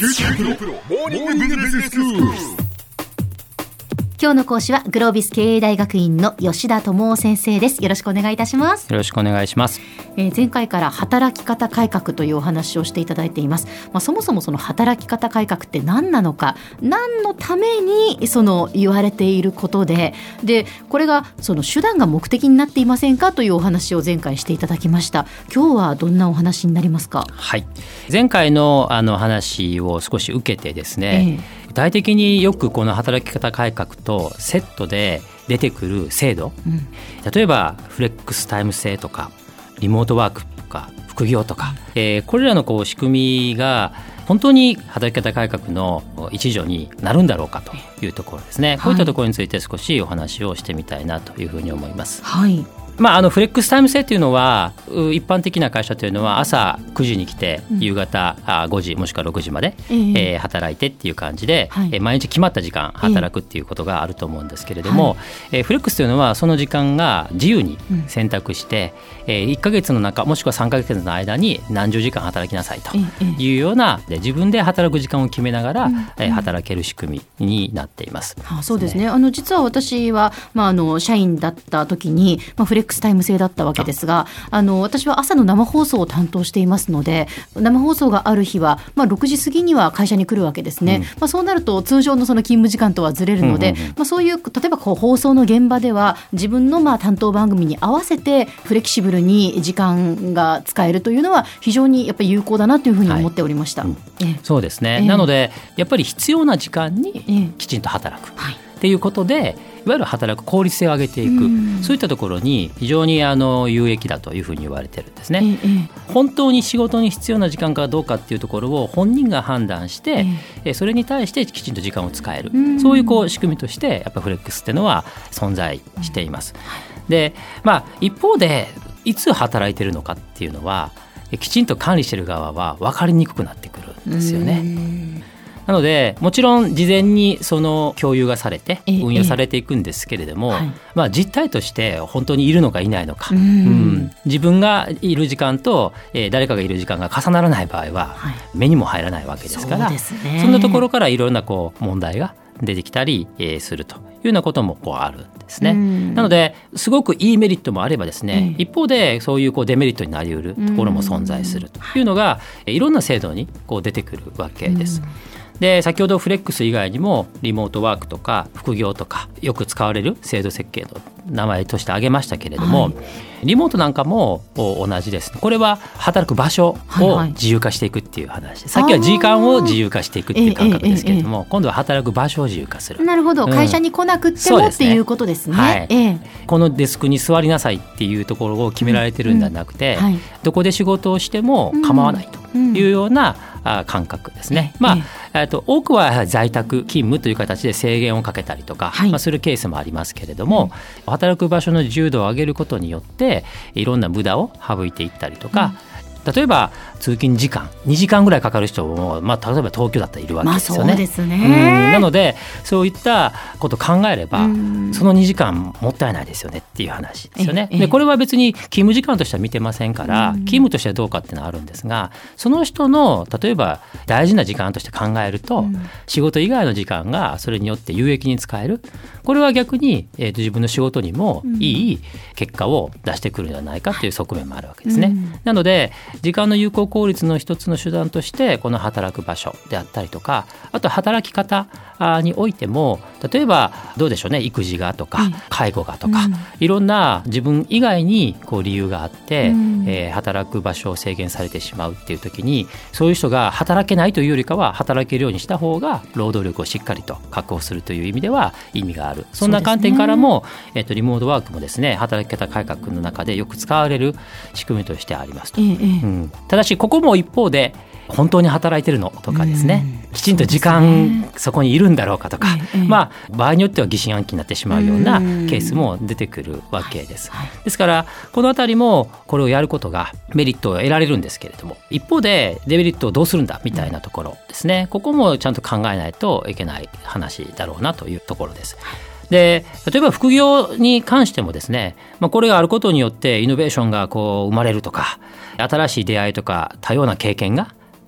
今日の講師はグロービス経営大学院の吉田智夫先生です。よろしくお願いいたします。 よろしくお願いします。 前回から働き方改革というお話をしていただいています。そもそもその働き方改革って何なのか、何のために言われていることで、これがその手段が目的になっていませんかというお話を前回していただきました。今日はどんなお話になりますか？ はい、前回の話を少し受けてですね、具体的によくこの働き方改革とセットで出てくる制度、例えばフレックスタイム制とかリモートワークとか副業とか、これらの仕組みが本当に働き方改革の一助になるんだろうかというところですね。こういったところについて少しお話をしてみたいなというふうに思います。 はい。 フレックスタイム制というのは、一般的な会社というのは朝9時に来て夕方5時もしくは6時まで、働いてっていう感じで、毎日決まった時間働くっていうことがあると思うんですけれども、フレックスというのはその時間が自由に選択して、1ヶ月の中もしくは3ヶ月の間に何十時間働きなさいというような、自分で働く時間を決めながら、働ける仕組みになっています。 そうですね。実は私は、社員だった時に、フレックスタイム制だったわけですが、私は朝の生放送を担当していますので、生放送がある日は、6時過ぎには会社に来るわけですね。そうなると通常のその勤務時間とはずれるので、そういう例えば放送の現場では自分の担当番組に合わせてフレキシブルに時間が使えるというのは非常にやっぱり有効だなというふうに思っておりました。 そうですね。なのでやっぱり必要な時間にきちんと働くっていうことで、いわゆる働く効率性を上げていく、そういったところに非常に有益だというふうに言われてるんですね。本当に仕事に必要な時間かどうかっていうところを本人が判断して、それに対してきちんと時間を使える、そういう仕組みとしてやっぱフレックスっていうのは存在しています。で、一方でいつ働いてるのかっていうのはきちんと管理してる側は分かりにくくなってくるんですよね。なのでもちろん事前にその共有がされて運用されていくんですけれども、実態として本当にいるのかいないのか、自分がいる時間と誰かがいる時間が重ならない場合は目にも入らないわけですから、そんなところからいろんな問題が出てきたりするというようなこともあるんですね。なのですごくいいメリットもあればですね、一方でそういうデメリットになりうるところも存在するというのがいろんな制度に出てくるわけです。で、先ほどフレックス以外にもリモートワークとか副業とかよく使われる制度設計の名前として挙げましたけれども、リモートなんかも同じです。これは働く場所を自由化していくっていう話、さっきは時間を自由化していくっていう感覚ですけれども、今度は働く場所を自由化する。 なるほど、会社に来なくてもっていうことですね。 このデスクに座りなさいっていうところを決められてるんではなくて、どこで仕事をしても構わないというような感覚ですね。多くは在宅勤務という形で制限をかけたりとか、するケースもありますけれども、働く場所の自由度を上げることによっていろんな無駄を省いていったりとか、例えば通勤時間2時間ぐらいかかる人も、例えば東京だったらいるわけですよね。 そうですね。 なのでそういったことを考えればその2時間もったいないですよねっていう話ですよね。でこれは別に勤務時間としては見てませんから、勤務としてはどうかっていうのはあるんですが、その人の例えば大事な時間として考えると、仕事以外の時間がそれによって有益に使える、これは逆に、自分の仕事にもいい結果を出してくるんじゃないかという側面もあるわけですね。なので時間の有効効率の一つの手段としてこの働く場所であったりとか、あと働き方においても、例えばどうでしょうね、育児がとか介護がとか、いろんな自分以外に理由があって、働く場所を制限されてしまうっていう時に、そういう人が働けないというよりかは働けるようにした方が労働力をしっかりと確保するという意味では意味がある。そんな観点からも、リモートワークもですね、働き方改革の中でよく使われる仕組みとしてありますと。ただしここも一方で本当に働いてるのとかですね、きちんと時間 そこにいるんだろうかとか、場合によっては疑心暗鬼になってしまうようなケースも出てくるわけです。ですからこのあたりもこれをやることがメリットを得られるんですけれども、一方でデメリットをどうするんだみたいなところですね、ここもちゃんと考えないといけない話だろうなというところです。で例えば副業に関してもですね、これがあることによってイノベーションが生まれるとか、新しい出会いとか多様な経験が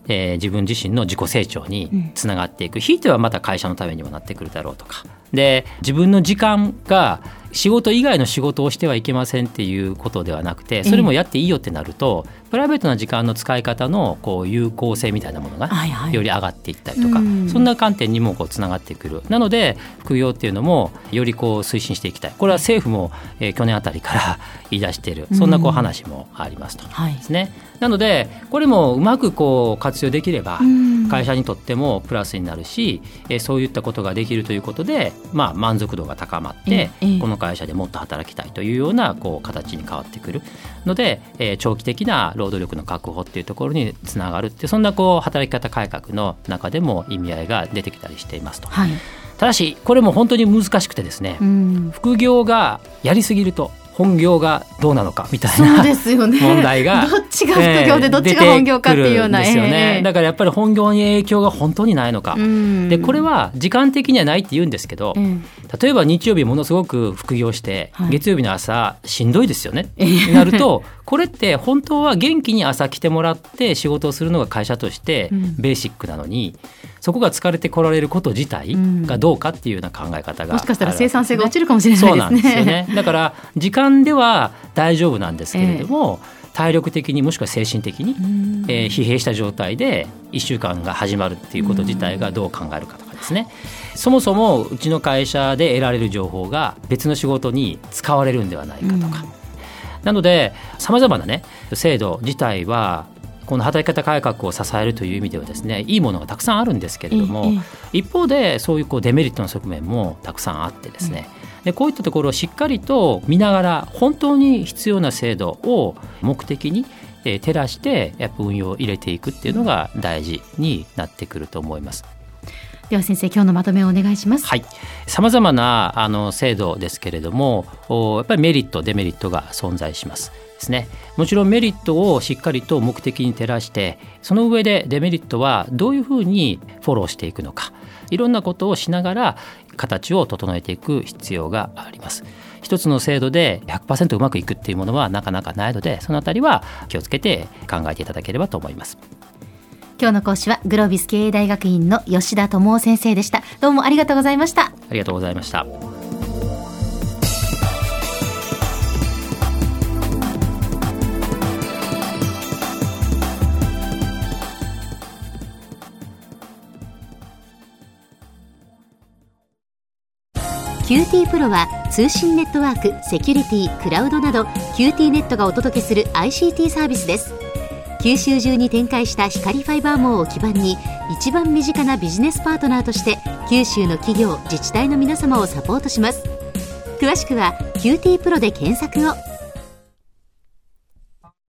自分自身の自己成長につながっていく、ひいてはまた会社のためにもなってくるだろうとかで、自分の時間が仕事以外の仕事をしてはいけませんっていうことではなくて、それもやっていいよってなると、プライベートな時間の使い方の有効性みたいなものがより上がっていったりとか、そんな観点にもつながってくる。なので副業っていうのもより推進していきたい。これは政府も去年あたりから言い出している、そんな話もありますとですね。なのでこれもうまく活用できれば会社にとってもプラスになるし、そういったことができるということで、満足度が高まって、この会社でもっと働きたいというような形に変わってくるので、長期的な労働力の確保っていうところにつながるって、そんな働き方改革の中でも意味合いが出てきたりしていますと。ただしこれも本当に難しくてですね、副業がやりすぎると本業がどうなのかみたいな問題がどっちが副業でどっちが本業かっていうような、 ですよね。だからやっぱり本業に影響が本当にないのか、でこれは時間的にはないって言うんですけど、例えば日曜日ものすごく副業して、月曜日の朝しんどいですよね、なるとこれって本当は元気に朝来てもらって仕事をするのが会社としてベーシックなのに、そこが疲れてこられること自体がどうかっていうような考え方が、 もしかしたら生産性が落ちるかもしれないですね。 そうなんですよね。だから時間では大丈夫なんですけれども、体力的にもしくは精神的に、疲弊した状態で1週間が始まるっていうこと自体がどう考えるかとかですね、そもそもうちの会社で得られる情報が別の仕事に使われるんではないかとか、なのでさまざまなね制度自体はこの働き方改革を支えるという意味ではですね、いいものがたくさんあるんですけれども、一方でそういうデメリットの側面もたくさんあってですね、でこういったところをしっかりと見ながら本当に必要な制度を目的に照らしてやっぱ運用を入れていくっていうのが大事になってくると思います。 では先生、今日のまとめをお願いします。 さまざまな制度ですけれども、やっぱりメリットデメリットが存在しますですね。もちろんメリットをしっかりと目的に照らして、その上でデメリットはどういうふうにフォローしていくのか、いろんなことをしながら形を整えていく必要があります。一つの制度で 100% うまくいくっていうものはなかなかないので、そのあたりは気をつけて考えていただければと思います。 今日の講師はグロービス経営大学院の吉田智夫先生でした。どうもありがとうございました。 ありがとうございました。 QT プロは通信ネットワーク、セキュリティ、クラウドなど QT ネットがお届けする ICT サービスです。九州中に展開した光ファイバー網を基盤に、一番身近なビジネスパートナーとして九州の企業自治体の皆様をサポートします。詳しくは QT プロで検索を。